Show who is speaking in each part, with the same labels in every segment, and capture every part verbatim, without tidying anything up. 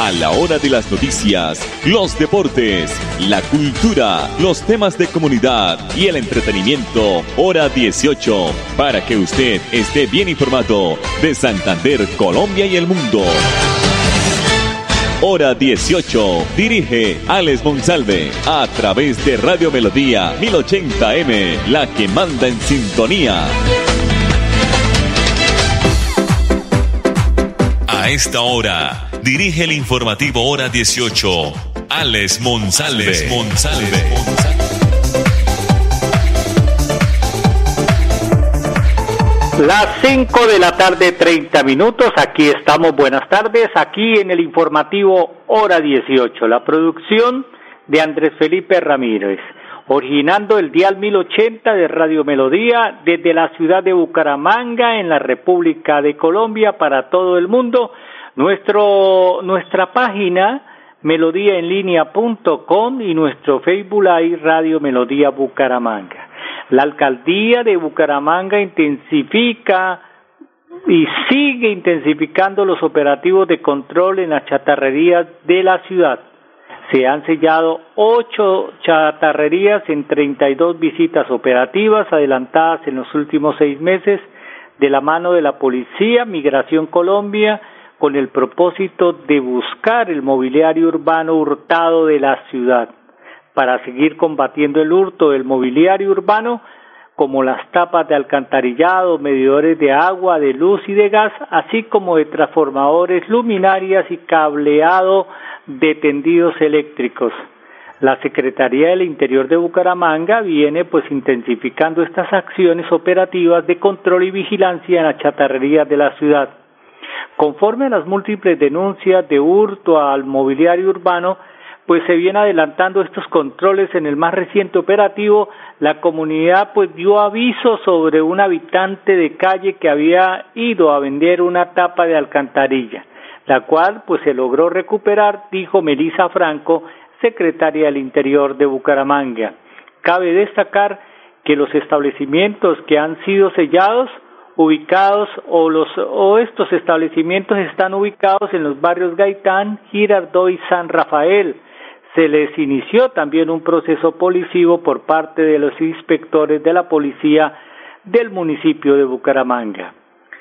Speaker 1: A la hora de las noticias, los deportes, la cultura, los temas de comunidad y el entretenimiento, hora dieciocho, para que usted esté bien informado de Santander, Colombia y el mundo. Hora dieciocho, dirige Alex Monsalve, a través de Radio Melodía mil ochenta eme, la que manda en sintonía. A esta hora, dirige el informativo Hora dieciocho, Alex Monsalve. Alex Monsalve.
Speaker 2: Las cinco de la tarde, treinta minutos, aquí estamos, buenas tardes, aquí en el informativo Hora dieciocho, la producción de Andrés Felipe Ramírez, originando el dial mil ochenta de Radio Melodía desde la ciudad de Bucaramanga, en la República de Colombia, para todo el mundo. Nuestro, nuestra página melodía en línea punto com y nuestro Facebook Live Radio Melodía Bucaramanga. La alcaldía de Bucaramanga intensifica y sigue intensificando los operativos de control en las chatarrerías de la ciudad. Se han sellado ocho chatarrerías en treinta y dos visitas operativas adelantadas en los últimos seis meses de la mano de la Policía Migración Colombia, con el propósito de buscar el mobiliario urbano hurtado de la ciudad, para seguir combatiendo el hurto del mobiliario urbano, como las tapas de alcantarillado, medidores de agua, de luz y de gas, así como de transformadores, luminarias y cableado de tendidos eléctricos. La Secretaría del Interior de Bucaramanga viene pues intensificando estas acciones operativas de control y vigilancia en las chatarrerías de la ciudad. Conforme a las múltiples denuncias de hurto al mobiliario urbano, pues se viene adelantando estos controles. En el más reciente operativo, la comunidad pues dio aviso sobre un habitante de calle que había ido a vender una tapa de alcantarilla, la cual pues se logró recuperar, dijo Melisa Franco, secretaria del Interior de Bucaramanga. Cabe destacar que los establecimientos que han sido sellados, ubicados o los o estos establecimientos están ubicados en los barrios Gaitán, Girardot y San Rafael. Se les inició también un proceso policivo por parte de los inspectores de la policía del municipio de Bucaramanga.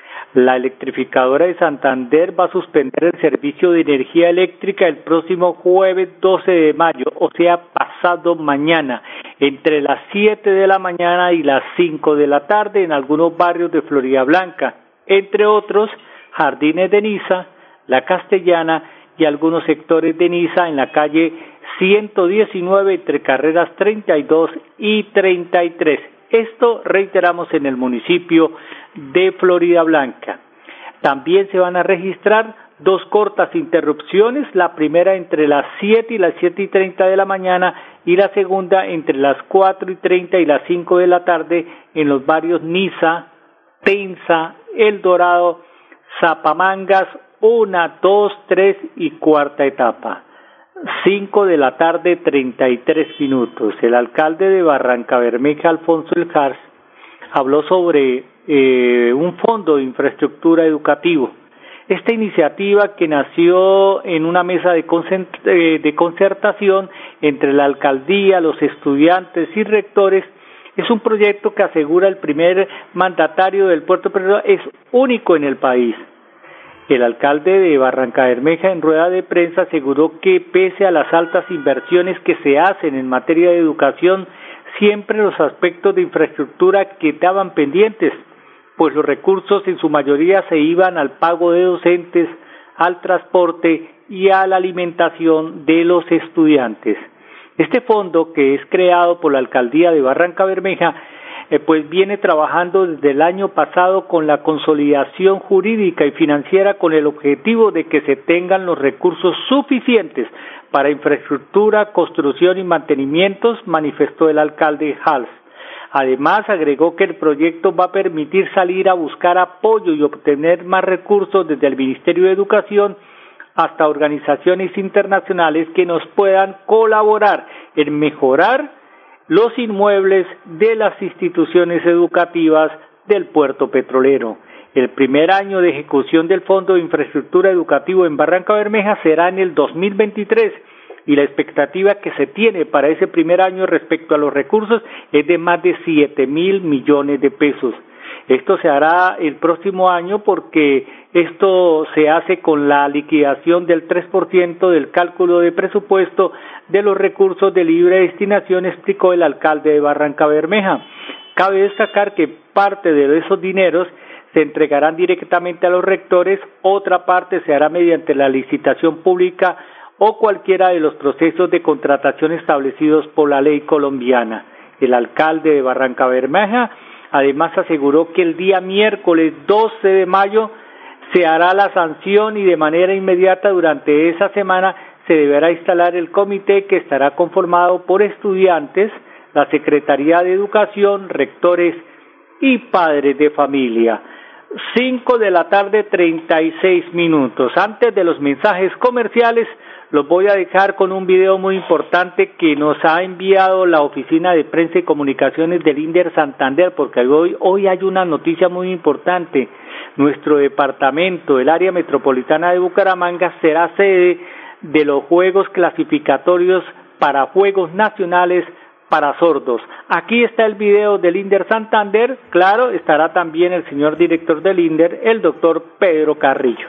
Speaker 2: La electrificadora de Santander va a suspender el servicio de energía eléctrica el próximo jueves doce de mayo, o sea, pasado mañana, entre las siete de la mañana y las cinco de la tarde en algunos barrios de Florida Blanca, entre otros, Jardines de Niza, La Castellana y algunos sectores de Niza en la calle ciento diecinueve entre carreras treinta y dos y treinta y tres. Esto, reiteramos, en el municipio de Florida Blanca. También se van a registrar dos cortas interrupciones, la primera entre las siete y las siete y treinta de la mañana y la segunda entre las cuatro y treinta y las cinco de la tarde en los barrios Niza, Tensa, El Dorado, Zapamangas, una, dos, tres y cuarta etapa. cinco de la tarde, treinta y tres minutos. El alcalde de Barrancabermeja, Alfonso El Jars, habló sobre eh, un fondo de infraestructura educativo. Esta iniciativa, que nació en una mesa de, concert- eh, de concertación entre la alcaldía, los estudiantes y rectores, es un proyecto que, asegura el primer mandatario del Puerto Petrolero, es único en el país. El alcalde de Barrancabermeja, en rueda de prensa, aseguró que pese a las altas inversiones que se hacen en materia de educación, siempre los aspectos de infraestructura quedaban pendientes, pues los recursos en su mayoría se iban al pago de docentes, al transporte y a la alimentación de los estudiantes. Este fondo, que es creado por la alcaldía de Barrancabermeja, eh, pues viene trabajando desde el año pasado con la consolidación jurídica y financiera, con el objetivo de que se tengan los recursos suficientes para infraestructura, construcción y mantenimientos, manifestó el alcalde Hals. Además, agregó que el proyecto va a permitir salir a buscar apoyo y obtener más recursos desde el Ministerio de Educación hasta organizaciones internacionales que nos puedan colaborar en mejorar los inmuebles de las instituciones educativas del puerto petrolero. El primer año de ejecución del Fondo de Infraestructura Educativo en Barranca Bermeja será en el dos mil veintitrés y la expectativa que se tiene para ese primer año respecto a los recursos es de más de siete mil millones de pesos. Esto se hará el próximo año porque esto se hace con la liquidación del tres por ciento del cálculo de presupuesto de los recursos de libre destinación, explicó el alcalde de Barranca Bermeja. Cabe destacar que parte de esos dineros se entregarán directamente a los rectores, otra parte se hará mediante la licitación pública o cualquiera de los procesos de contratación establecidos por la ley colombiana. El alcalde de Barranca Bermeja además aseguró que el día miércoles doce de mayo se hará la sanción y de manera inmediata durante esa semana se deberá instalar el comité que estará conformado por estudiantes, la Secretaría de Educación, rectores y padres de familia. Cinco de la tarde, treinta y seis minutos. Antes de los mensajes comerciales, los voy a dejar con un video muy importante que nos ha enviado la Oficina de Prensa y Comunicaciones del INDER Santander, porque hoy, hoy hay una noticia muy importante. Nuestro departamento, el área metropolitana de Bucaramanga, será sede de los Juegos Clasificatorios para Juegos Nacionales para Sordos. Aquí está el video del INDER Santander. Claro, estará también el señor director del INDER, el doctor Pedro Carrillo.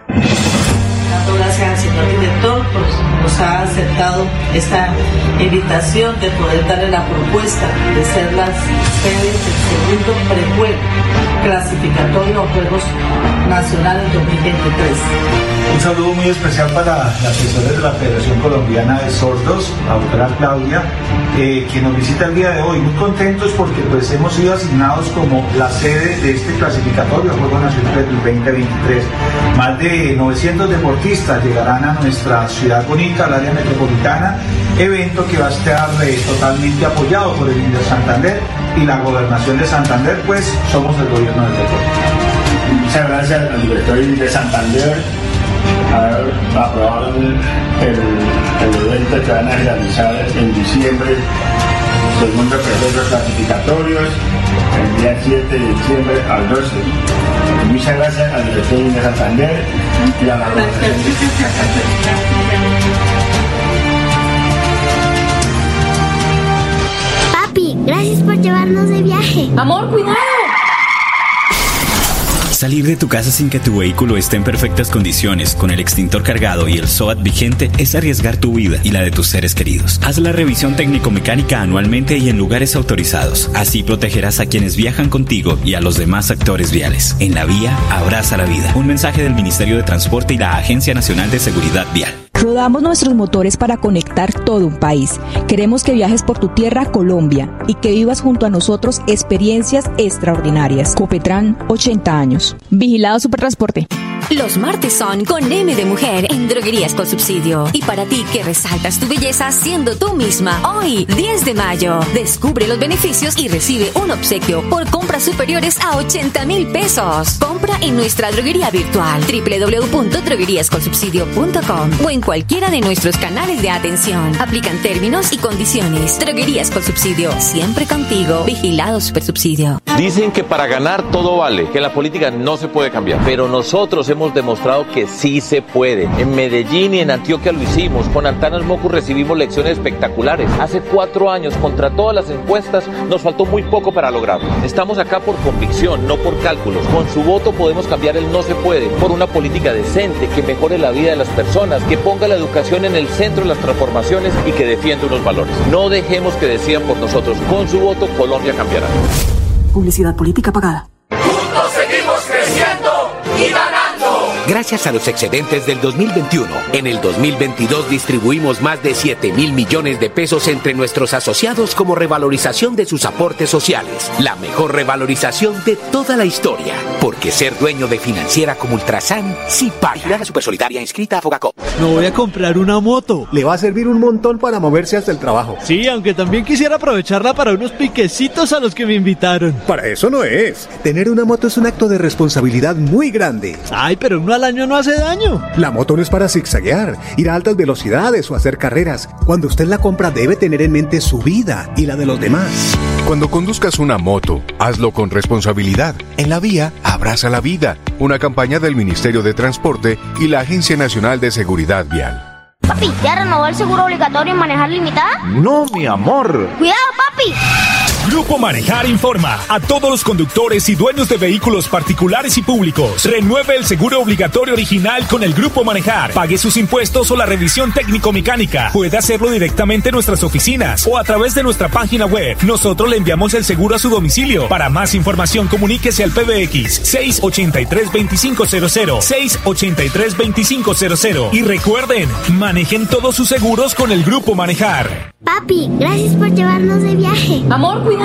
Speaker 3: Dando gracias al señor director, pues nos ha aceptado esta invitación de poder darle la propuesta de ser las sedes del segundo prejuego clasificatorio a Juegos Nacionales dos mil veintitrés.
Speaker 4: Un saludo muy especial para las asesores de la Federación Colombiana de Sordos, la doctora Claudia, eh, que nos visita el día de hoy. Muy contentos porque pues hemos sido asignados como la sede de este clasificatorio a Juegos Nacionales del veinte veintitrés. Más de novecientos deportistas llegarán a nuestra ciudad bonita, al área metropolitana, evento que va a estar eh, totalmente apoyado por el INDER Santander y la Gobernación de Santander, pues somos el gobierno del deporte.
Speaker 5: Muchas gracias al directorio de Santander haber aprobado el, el, el evento que van a realizar en diciembre, segundo proceso clasificatorios, el día siete de diciembre al doce. Muchas gracias al directorio de Santander y a la organización.
Speaker 6: Papi, gracias por llevarnos de viaje.
Speaker 7: Amor, cuidado.
Speaker 8: Salir de tu casa sin que tu vehículo esté en perfectas condiciones, con el extintor cargado y el S O A T vigente, es arriesgar tu vida y la de tus seres queridos. Haz la revisión técnico-mecánica anualmente y en lugares autorizados. Así protegerás a quienes viajan contigo y a los demás actores viales. En la vía, abraza la vida. Un mensaje del Ministerio de Transporte y la Agencia Nacional de Seguridad Vial.
Speaker 9: Rodamos nuestros motores para conectar todo un país. Queremos que viajes por tu tierra, Colombia, y que vivas junto a nosotros experiencias extraordinarias. Copetran, ochenta años.
Speaker 7: Vigilado Supertransporte.
Speaker 10: Los martes son con M de Mujer en Droguerías con Subsidio. Y para ti que resaltas tu belleza siendo tú misma, hoy, diez de mayo, descubre los beneficios y recibe un obsequio por compras superiores a ochenta mil pesos. Compra en nuestra droguería virtual doble u doble u doble u punto droguerías con subsidio punto com o en cualquiera de nuestros canales de atención. Aplican términos y condiciones. Droguerías con Subsidio, siempre contigo. Vigilado Supersubsidio.
Speaker 11: Dicen que para ganar todo vale, que en la política no se puede cambiar, pero nosotros hemos demostrado que sí se puede. En Medellín y en Antioquia lo hicimos. Con Antanas Mocu recibimos lecciones espectaculares. Hace cuatro años, contra todas las encuestas, nos faltó muy poco para lograrlo. Estamos acá por convicción, no por cálculos. Con su voto podemos cambiar el no se puede por una política decente que mejore la vida de las personas, que ponga la educación en el centro de las transformaciones y que defienda unos valores. No dejemos que decidan por nosotros. Con su voto, Colombia cambiará.
Speaker 12: Publicidad política pagada.
Speaker 13: Juntos seguimos creciendo y ganando.
Speaker 14: Gracias a los excedentes del dos mil veintiuno, en el dos mil veintidós distribuimos más de siete mil millones de pesos entre nuestros asociados como revalorización de sus aportes sociales. La mejor revalorización de toda la historia. Porque ser dueño de financiera como Ultrasan sí paga. La Supersolidaria inscrita a Fogacop.
Speaker 15: Me voy a comprar una moto.
Speaker 16: Le va a servir un montón para moverse hasta el trabajo.
Speaker 15: Sí, aunque también quisiera aprovecharla para unos piquecitos a los que me invitaron.
Speaker 16: Para eso no es. Tener una moto es un acto de responsabilidad muy grande.
Speaker 15: Ay, pero uno al año no hace daño.
Speaker 16: La moto no es para zigzaguear, ir a altas velocidades o hacer carreras. Cuando usted la compra debe tener en mente su vida y la de los demás.
Speaker 17: Cuando conduzcas una moto, hazlo con responsabilidad. En la vía,
Speaker 7: abraza la vida, una campaña del Ministerio de Transporte y la Agencia Nacional de Seguridad Vial.
Speaker 6: Papi, ¿ya renovó el seguro obligatorio en manejar limitada?
Speaker 17: No, mi amor.
Speaker 6: ¡Cuidado, papi!
Speaker 18: Grupo Manejar informa a todos los conductores y dueños de vehículos particulares y públicos. Renueve el seguro obligatorio original con el Grupo Manejar. Pague sus impuestos o la revisión técnico-mecánica. Puede hacerlo directamente en nuestras oficinas o a través de nuestra página web. Nosotros le enviamos el seguro a su domicilio. Para más información, comuníquese al P B X seis ochenta y tres veinticinco cero cero, seis ochenta y tres veinticinco cero cero. Y recuerden, manejen todos sus seguros con el Grupo Manejar.
Speaker 6: Papi, gracias por llevarnos de viaje.
Speaker 3: Amor, cuidado.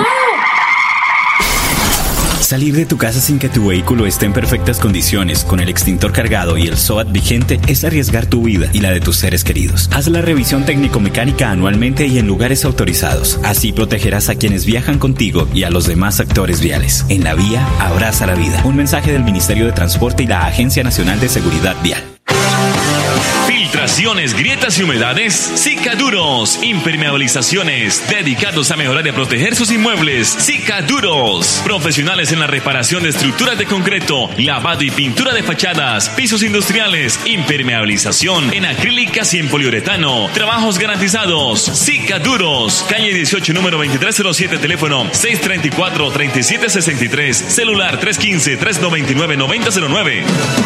Speaker 8: Salir de tu casa sin que tu vehículo esté en perfectas condiciones, con el extintor cargado y el S O A T vigente, es arriesgar tu vida y la de tus seres queridos. Haz la revisión técnico-mecánica anualmente y en lugares autorizados. Así protegerás a quienes viajan contigo y a los demás actores viales. En la vía, abraza la vida. Un mensaje del Ministerio de Transporte y la Agencia Nacional de Seguridad Vial.
Speaker 1: Filtraciones, grietas y humedades, Cicaduros. Impermeabilizaciones, dedicados a mejorar y a proteger sus inmuebles. Cicaduros. Profesionales en la reparación de estructuras de concreto, lavado y pintura de fachadas, pisos industriales, impermeabilización en acrílicas y en poliuretano. Trabajos garantizados. Cicaduros. Calle dieciocho, número veintitrés cero siete, teléfono seis treinta y cuatro, treinta y siete sesenta y tres, celular tres uno cinco, tres noventa y nueve, noventa cero nueve.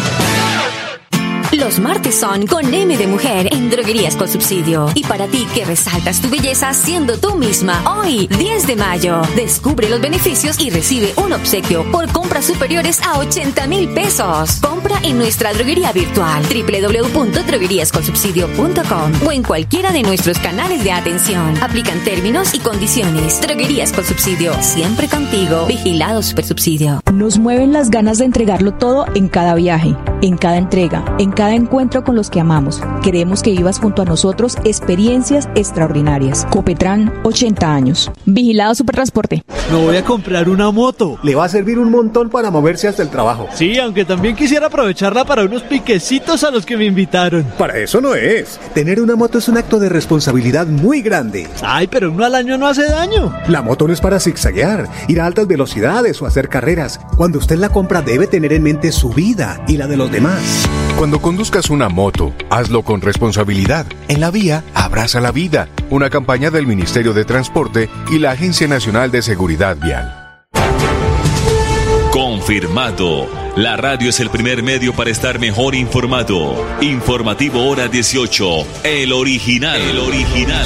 Speaker 10: Los martes son con M de Mujer en Droguerías con Subsidio. Y para ti que resaltas tu belleza siendo tú misma, hoy, diez de mayo, descubre los beneficios y recibe un obsequio por compras superiores a ochenta mil pesos. Compra en nuestra droguería virtual doble u doble u doble u punto droguerías con subsidio punto com o en cualquiera de nuestros canales de atención. Aplican términos y condiciones. Droguerías con Subsidio, siempre contigo. Vigilado Supersubsidio.
Speaker 9: Nos mueven las ganas de entregarlo todo en cada viaje, en cada entrega, en cada encuentro con los que amamos. Queremos que vivas junto a nosotros experiencias extraordinarias. Copetran, ochenta años. Vigilado Supertransporte.
Speaker 15: Me voy a comprar una moto.
Speaker 16: Le va a servir un montón para moverse hasta el trabajo.
Speaker 15: Sí, aunque también quisiera aprovecharla para unos piquecitos a los que me invitaron.
Speaker 16: Para eso no es. Tener una moto es un acto de responsabilidad muy grande.
Speaker 15: Ay, pero uno al año no hace daño.
Speaker 16: La moto no es para zigzaguear, ir a altas velocidades o hacer carreras. Cuando usted la compra debe tener en mente su vida y la de los demás.
Speaker 7: Cuando conduzcas una moto, hazlo con responsabilidad. En la vía, abraza la vida. Una campaña del Ministerio de Transporte y la Agencia Nacional de Seguridad Vial.
Speaker 1: Confirmado. La radio es el primer medio para estar mejor informado. Informativo Hora dieciocho. El original. El original.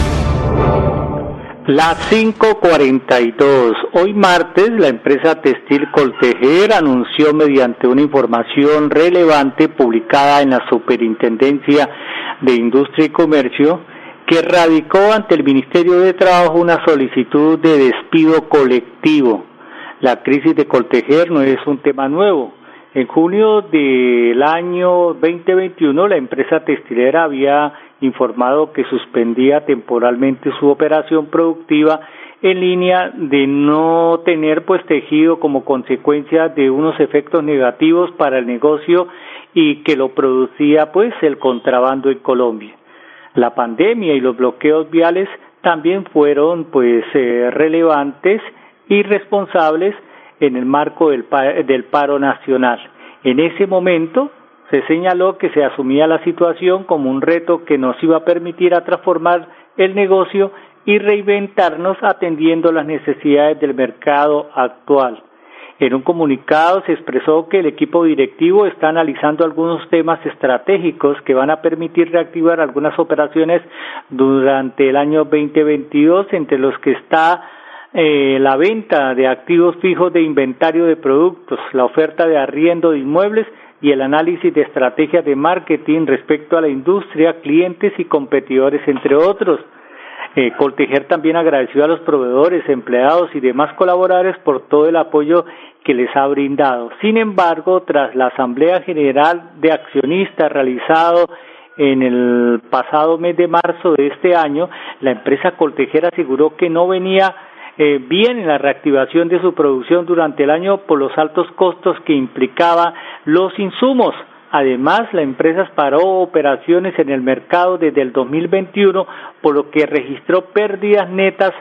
Speaker 2: Las cinco cuarenta y dos. Hoy martes, la empresa textil Coltejer anunció mediante una información relevante publicada en la Superintendencia de Industria y Comercio que radicó ante el Ministerio de Trabajo una solicitud de despido colectivo. La crisis de Coltejer no es un tema nuevo. En junio del año veinte veintiuno, la empresa textilera había informado que suspendía temporalmente su operación productiva en línea de no tener pues tejido como consecuencia de unos efectos negativos para el negocio y que lo producía pues el contrabando en Colombia. La pandemia y los bloqueos viales también fueron pues eh, relevantes y responsables en el marco del, del paro nacional. En ese momento se señaló que se asumía la situación como un reto que nos iba a permitir a transformar el negocio y reinventarnos atendiendo las necesidades del mercado actual. En un comunicado se expresó que el equipo directivo está analizando algunos temas estratégicos que van a permitir reactivar algunas operaciones durante el año veinte veintidós, entre los que está eh, la venta de activos fijos de inventario de productos, la oferta de arriendo de inmuebles y el análisis de estrategias de marketing respecto a la industria, clientes y competidores, entre otros. Eh, Coltejer también agradeció a los proveedores, empleados y demás colaboradores por todo el apoyo que les ha brindado. Sin embargo, tras la Asamblea General de Accionistas realizado en el pasado mes de marzo de este año, la empresa Coltejer aseguró que no venía eh, bien en la reactivación de su producción durante el año por los altos costos que implicaba los insumos. Además, la empresa paró operaciones en el mercado desde el dos mil veintiuno, por lo que registró pérdidas netas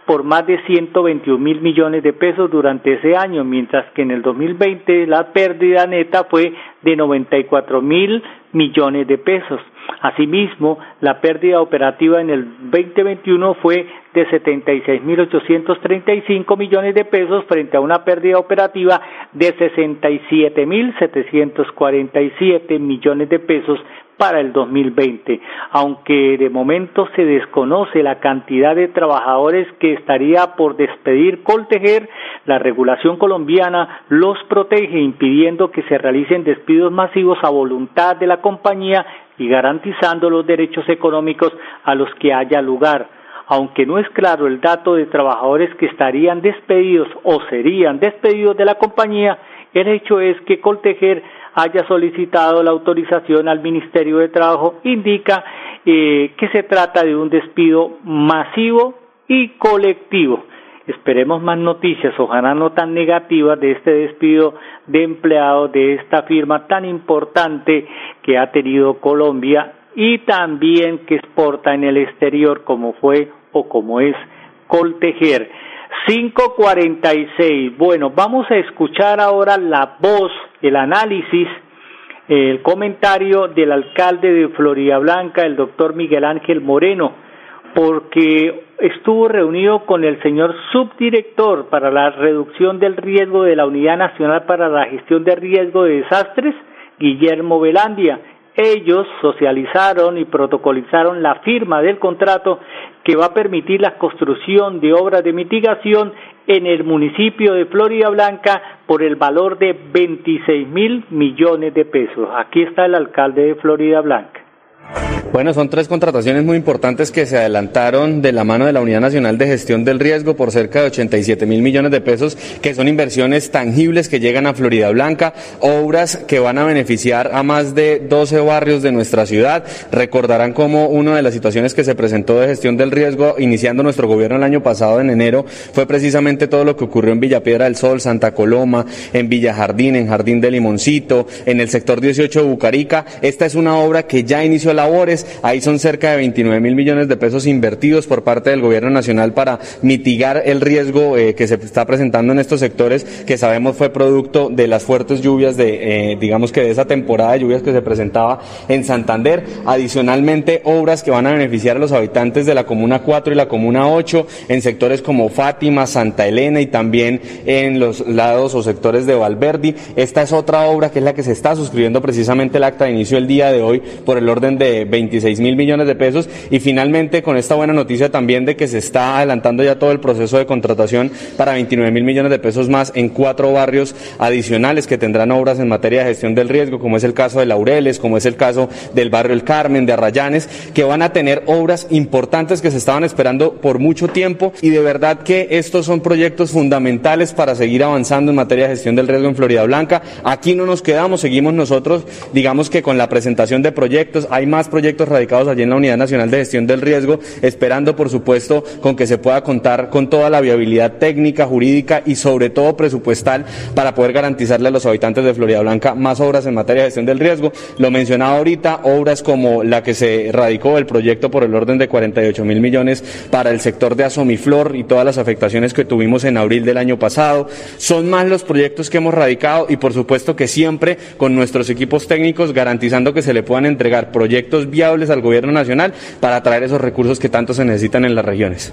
Speaker 2: por más de ciento veintiún mil millones de pesos durante ese año, mientras que en el dos mil veinte la pérdida neta fue de noventa y cuatro mil millones de pesos. Asimismo, la pérdida operativa en el veinte veintiuno fue de setenta y seis mil ochocientos treinta y cinco millones de pesos frente a una pérdida operativa de sesenta y siete mil setecientos cuarenta y siete millones de pesos para el dos mil veinte. Aunque de momento se desconoce la cantidad de trabajadores que estaría por despedir Coltejer, la regulación colombiana los protege impidiendo que se realicen despidos masivos a voluntad de la compañía y garantizando los derechos económicos a los que haya lugar. Aunque no es claro el dato de trabajadores que estarían despedidos o serían despedidos de la compañía, el hecho es que Coltejer haya solicitado la autorización al Ministerio de Trabajo indica eh, que se trata de un despido masivo y colectivo. Esperemos más noticias, ojalá no tan negativas, de este despido de empleados de esta firma tan importante que ha tenido Colombia y también que exporta en el exterior como fue o como es Coltejer. cinco cuarenta y seis. Bueno, vamos a escuchar ahora la voz, el análisis, el comentario del alcalde de Floridablanca, el doctor Miguel Ángel Moreno, porque estuvo reunido con el señor subdirector para la reducción del riesgo de la Unidad Nacional para la Gestión de Riesgo de Desastres, Guillermo Velandia. Ellos socializaron y protocolizaron la firma del contrato que va a permitir la construcción de obras de mitigación en el municipio de Floridablanca por el valor de veintiséis mil millones de pesos. Aquí está el alcalde de Floridablanca.
Speaker 17: Bueno, son tres contrataciones muy importantes que se adelantaron de la mano de la Unidad Nacional de Gestión del Riesgo por cerca de ochenta y siete mil millones de pesos, que son inversiones tangibles que llegan a Floridablanca, obras que van a beneficiar a más de doce barrios de nuestra ciudad. Recordarán cómo una de las situaciones que se presentó de gestión del riesgo iniciando nuestro gobierno el año pasado en enero fue precisamente todo lo que ocurrió en Villapiedra del Sol, Santa Coloma, en Villa Jardín, en Jardín de Limoncito, en el sector dieciocho de Bucarica. Esta es una obra que ya inició labores. Ahí son cerca de veintinueve mil millones de pesos invertidos por parte del gobierno nacional para mitigar el riesgo eh, que se está presentando en estos sectores, que sabemos fue producto de las fuertes lluvias de, eh, digamos que de esa temporada de lluvias que se presentaba en Santander. Adicionalmente, obras que van a beneficiar a los habitantes de la Comuna cuatro y la Comuna ocho en sectores como Fátima, Santa Elena y también en los lados o sectores de Valverdi. Esta es otra obra que es la que se está suscribiendo precisamente el acta de inicio el día de hoy por el orden de veintiséis mil millones de pesos. Y finalmente, con esta buena noticia también de que se está adelantando ya todo el proceso de contratación para veintinueve mil millones de pesos más en cuatro barrios adicionales que tendrán obras en materia de gestión del riesgo, como es el caso de Laureles, como es el caso del barrio El Carmen, de Arrayanes, que van a tener obras importantes que se estaban esperando por mucho tiempo, y de verdad que estos son proyectos fundamentales para seguir avanzando en materia de gestión del riesgo en Floridablanca. Aquí no nos quedamos, seguimos nosotros, digamos que con la presentación de proyectos. Hay más proyectos radicados allí en la Unidad Nacional de Gestión del Riesgo, esperando por supuesto con que se pueda contar con toda la viabilidad técnica, jurídica y sobre todo presupuestal para poder garantizarle a los habitantes de Floridablanca más obras en materia de gestión del riesgo. Lo mencionaba ahorita, obras como la que se radicó el proyecto por el orden de cuarenta y ocho mil millones para el sector de Asomiflor y todas las afectaciones que tuvimos en abril del año pasado. Son más los proyectos que hemos radicado y por supuesto que siempre con nuestros equipos técnicos garantizando que se le puedan entregar proyectos viables al gobierno nacional para atraer esos recursos que tanto se necesitan en las regiones.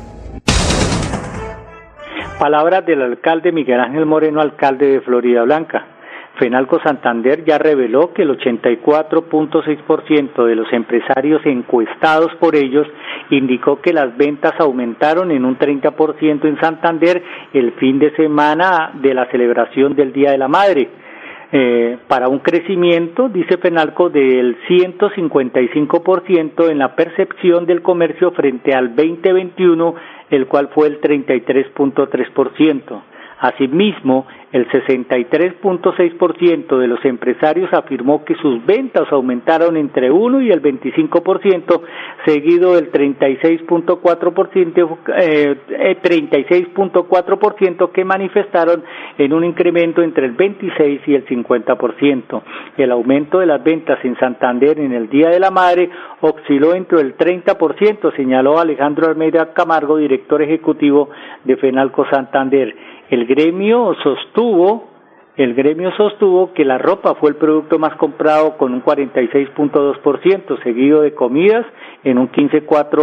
Speaker 2: Palabras del alcalde Miguel Ángel Moreno, alcalde de Floridablanca. Fenalco Santander ya reveló que el ochenta y cuatro punto seis por ciento de los empresarios encuestados por ellos indicó que las ventas aumentaron en un treinta por ciento en Santander el fin de semana de la celebración del Día de la Madre. Eh, para un crecimiento, dice Fenalco, del ciento cincuenta y cinco por ciento en la percepción del comercio frente al veinte veintiuno, el cual fue el treinta y tres punto tres por ciento. Asimismo, el sesenta y tres punto seis por ciento de los empresarios afirmó que sus ventas aumentaron entre uno y el veinticinco por ciento, seguido del treinta y seis punto cuatro por ciento, eh, treinta y seis punto cuatro por ciento que manifestaron en un incremento entre el veintiséis y el cincuenta por ciento. El aumento de las ventas en Santander en el Día de la Madre osciló entre el treinta por ciento, señaló Alejandro Almeida Camargo, director ejecutivo de Fenalco Santander. El gremio sostuvo, el gremio sostuvo que la ropa fue el producto más comprado con un cuarenta y seis punto dos por ciento, seguido de comidas en un quince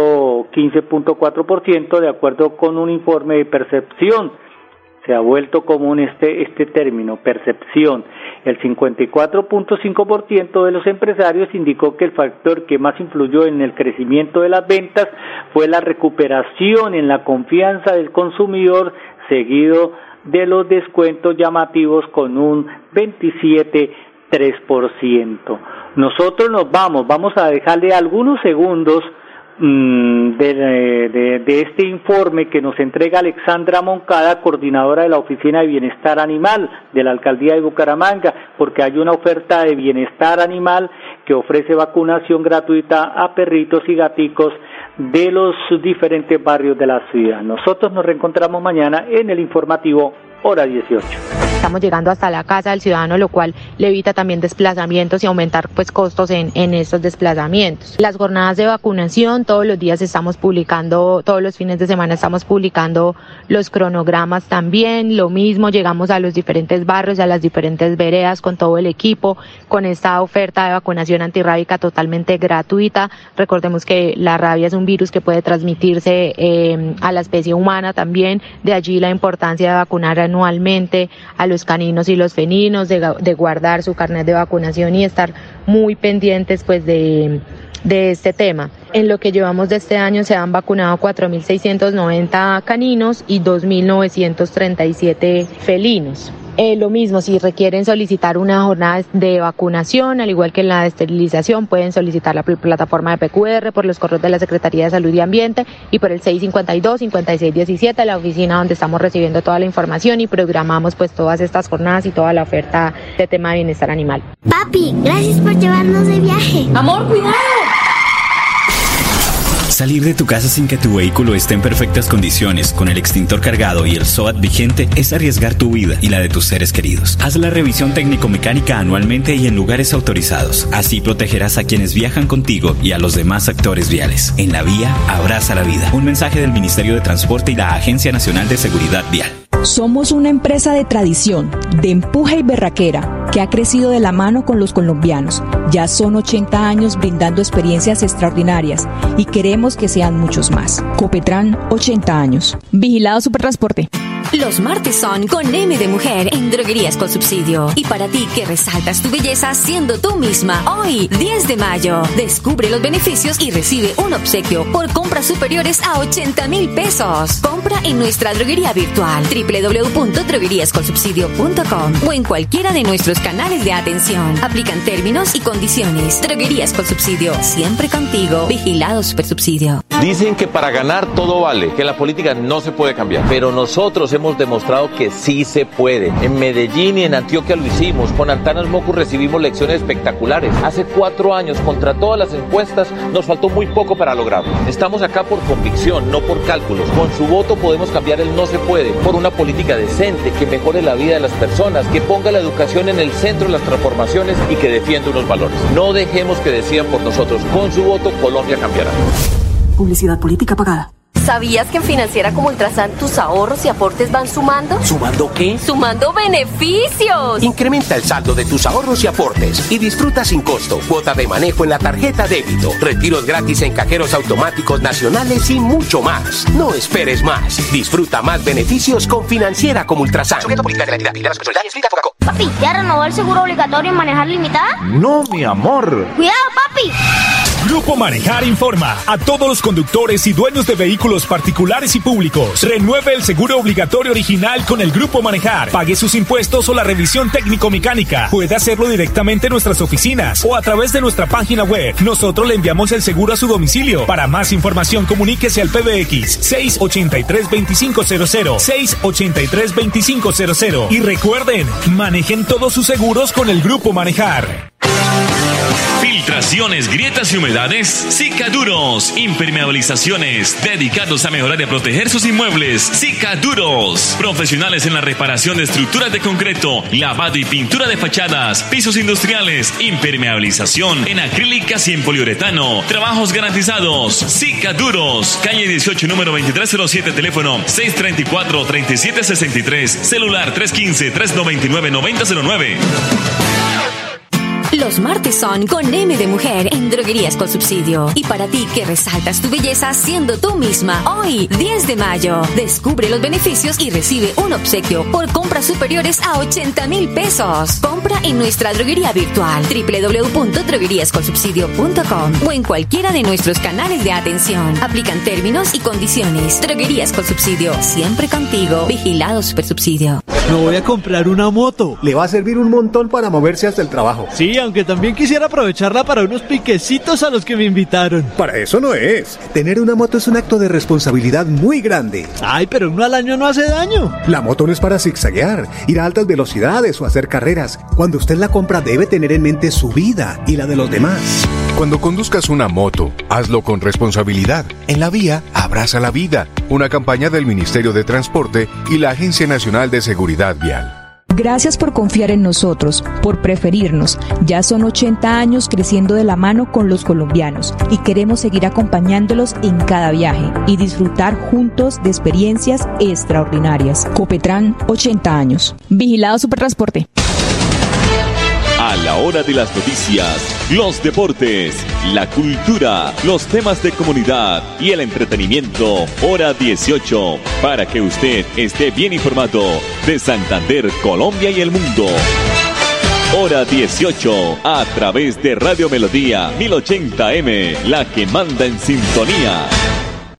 Speaker 2: punto cuatro por ciento, de acuerdo con un informe de Percepción. Se ha vuelto común este, este término, percepción. El cincuenta y cuatro punto cinco por ciento de los empresarios indicó que el factor que más influyó en el crecimiento de las ventas fue la recuperación en la confianza del consumidor, seguido de los descuentos llamativos con un veintisiete punto tres por ciento. Nosotros nos vamos, vamos a dejarle algunos segundos mmm, de, de, de este informe que nos entrega Alexandra Moncada, coordinadora de la Oficina de Bienestar Animal de la Alcaldía de Bucaramanga, porque hay una oferta de bienestar animal que ofrece vacunación gratuita a perritos y gaticos de los diferentes barrios de la ciudad. Nosotros nos reencontramos mañana en el informativo Hora dieciocho.
Speaker 19: Estamos llegando hasta la casa del ciudadano, lo cual le evita también desplazamientos y aumentar pues costos en, en estos desplazamientos. Las jornadas de vacunación, todos los días estamos publicando, todos los fines de semana estamos publicando los cronogramas también. Lo mismo, llegamos a los diferentes barrios, a las diferentes veredas con todo el equipo, con esta oferta de vacunación antirrábica totalmente gratuita. Recordemos que la rabia es un virus que puede transmitirse eh, a la especie humana también, de allí la importancia de vacunar anualmente a los caninos y los felinos, de, de guardar su carnet de vacunación y estar muy pendientes pues de, de este tema. En lo que llevamos de este año se han vacunado cuatro mil seiscientos noventa caninos y dos mil novecientos treinta y siete felinos. Eh, lo mismo, si requieren solicitar una jornada de vacunación, al igual que en la de esterilización, pueden solicitar la pl- plataforma de P Q R por los correos de la Secretaría de Salud y Ambiente y por el seis cincuenta y dos, cincuenta y seis diecisiete, la oficina donde estamos recibiendo toda la información y programamos pues todas estas jornadas y toda la oferta de tema de bienestar animal.
Speaker 6: Papi, gracias por llevarnos de viaje.
Speaker 10: Amor, cuidado.
Speaker 8: Salir de tu casa sin que tu vehículo esté en perfectas condiciones, con el extintor cargado y el S O A T vigente, es arriesgar tu vida y la de tus seres queridos. Haz la revisión técnico-mecánica anualmente y en lugares autorizados. Así protegerás a quienes viajan contigo y a los demás actores viales. En la vía, abraza la vida. Un mensaje del Ministerio de Transporte y la Agencia Nacional de Seguridad Vial.
Speaker 9: Somos una empresa de tradición, de empuje y berraquera, que ha crecido de la mano con los colombianos. Ya son ochenta años brindando experiencias extraordinarias y queremos que sean muchos más. Copetran, ochenta años. Vigilado Supertransporte.
Speaker 10: Los martes son con M de Mujer en Droguerías con Subsidio. Y para ti que resaltas tu belleza siendo tú misma, hoy, diez de mayo, descubre los beneficios y recibe un obsequio por compras superiores a ochenta mil pesos. Compra en nuestra droguería virtual doble u doble u doble u punto droguerías con subsidio punto com o en cualquiera de nuestros canales de atención. Aplican términos y condiciones. Droguerías con Subsidio, siempre contigo. Vigilado Supersubsidio.
Speaker 11: Dicen que para ganar todo vale, que en la política no se puede cambiar, pero nosotros hemos demostrado que sí se puede. En Medellín y en Antioquia lo hicimos. Con Antanas Mocu recibimos lecciones espectaculares. Hace cuatro años, contra todas las encuestas, nos faltó muy poco para lograrlo. Estamos acá por convicción, no por cálculos. Con su voto podemos cambiar el no se puede por una política decente que mejore la vida de las personas, que ponga la educación en el centro de las transformaciones y que defienda unos valores. No dejemos que decidan por nosotros. Con su voto, Colombia cambiará.
Speaker 12: Publicidad política pagada.
Speaker 10: ¿Sabías que en Financiera como Ultrasan tus ahorros y aportes van sumando?
Speaker 14: ¿Sumando qué?
Speaker 10: ¡Sumando beneficios!
Speaker 14: Incrementa el saldo de tus ahorros y aportes y disfruta sin costo cuota de manejo en la tarjeta débito, retiros gratis en cajeros automáticos nacionales y mucho más. No esperes más. Disfruta más beneficios con Financiera como Ultrasan.
Speaker 6: Papi, ¿ya renovó el seguro obligatorio en manejar limitada?
Speaker 4: No, mi amor.
Speaker 6: ¡Cuidado, papi!
Speaker 18: Grupo Manejar informa a todos los conductores y dueños de vehículos particulares y públicos. Renueve el seguro obligatorio original con el Grupo Manejar. Pague sus impuestos o la revisión técnico-mecánica. Puede hacerlo directamente en nuestras oficinas o a través de nuestra página web. Nosotros le enviamos el seguro a su domicilio. Para más información, comuníquese al P B X seis ochenta y tres, veinticinco cero cero, seis ochenta y tres, veinticinco cero cero. Y recuerden, manejen todos sus seguros con el Grupo Manejar.
Speaker 1: Filtraciones, grietas y humedades, Sicaduros. Impermeabilizaciones, dedicados a mejorar y proteger sus inmuebles. Sicaduros. Profesionales en la reparación de estructuras de concreto, lavado y pintura de fachadas, pisos industriales, impermeabilización en acrílicas y en poliuretano. Trabajos garantizados. Sicaduros. Calle dieciocho, número veintitrés cero siete, teléfono seis treinta y cuatro, treinta y siete sesenta y tres, celular tres quince, tres noventa y nueve, noventa cero nueve.
Speaker 10: Los martes son con M de Mujer en Droguerías con Subsidio. Y para ti que resaltas tu belleza siendo tú misma, hoy, diez de mayo, descubre los beneficios y recibe un obsequio por compras superiores a ochenta mil pesos. Compra en nuestra droguería virtual doble u doble u doble u punto droguerías con subsidio punto com o en cualquiera de nuestros canales de atención. Aplican términos y condiciones. Droguerías con Subsidio, siempre contigo. Vigilado Supersubsidio.
Speaker 15: Me voy a comprar una moto.
Speaker 16: Le va a servir un montón para moverse hasta el trabajo.
Speaker 15: Sí, aunque también quisiera aprovecharla para unos piquecitos a los que me invitaron.
Speaker 16: Para eso no es. Tener una moto es un acto de responsabilidad muy grande.
Speaker 15: Ay, pero uno al año no hace daño.
Speaker 16: La moto no es para zigzaguear, ir a altas velocidades o hacer carreras. Cuando usted la compra debe tener en mente su vida y la de los demás.
Speaker 7: Cuando conduzcas una moto, hazlo con responsabilidad. En la vía, abraza la vida. Una campaña del Ministerio de Transporte y la Agencia Nacional de Seguridad Vial.
Speaker 9: Gracias por confiar en nosotros, por preferirnos. Ya son ochenta años creciendo de la mano con los colombianos y queremos seguir acompañándolos en cada viaje y disfrutar juntos de experiencias extraordinarias. Copetran, ochenta años. Vigilado Supertransporte.
Speaker 1: A la hora de las noticias, los deportes, la cultura, los temas de comunidad y el entretenimiento, hora dieciocho, para que usted esté bien informado de Santander, Colombia y el mundo. Hora dieciocho, a través de Radio Melodía mil ochenta M, la que manda en sintonía.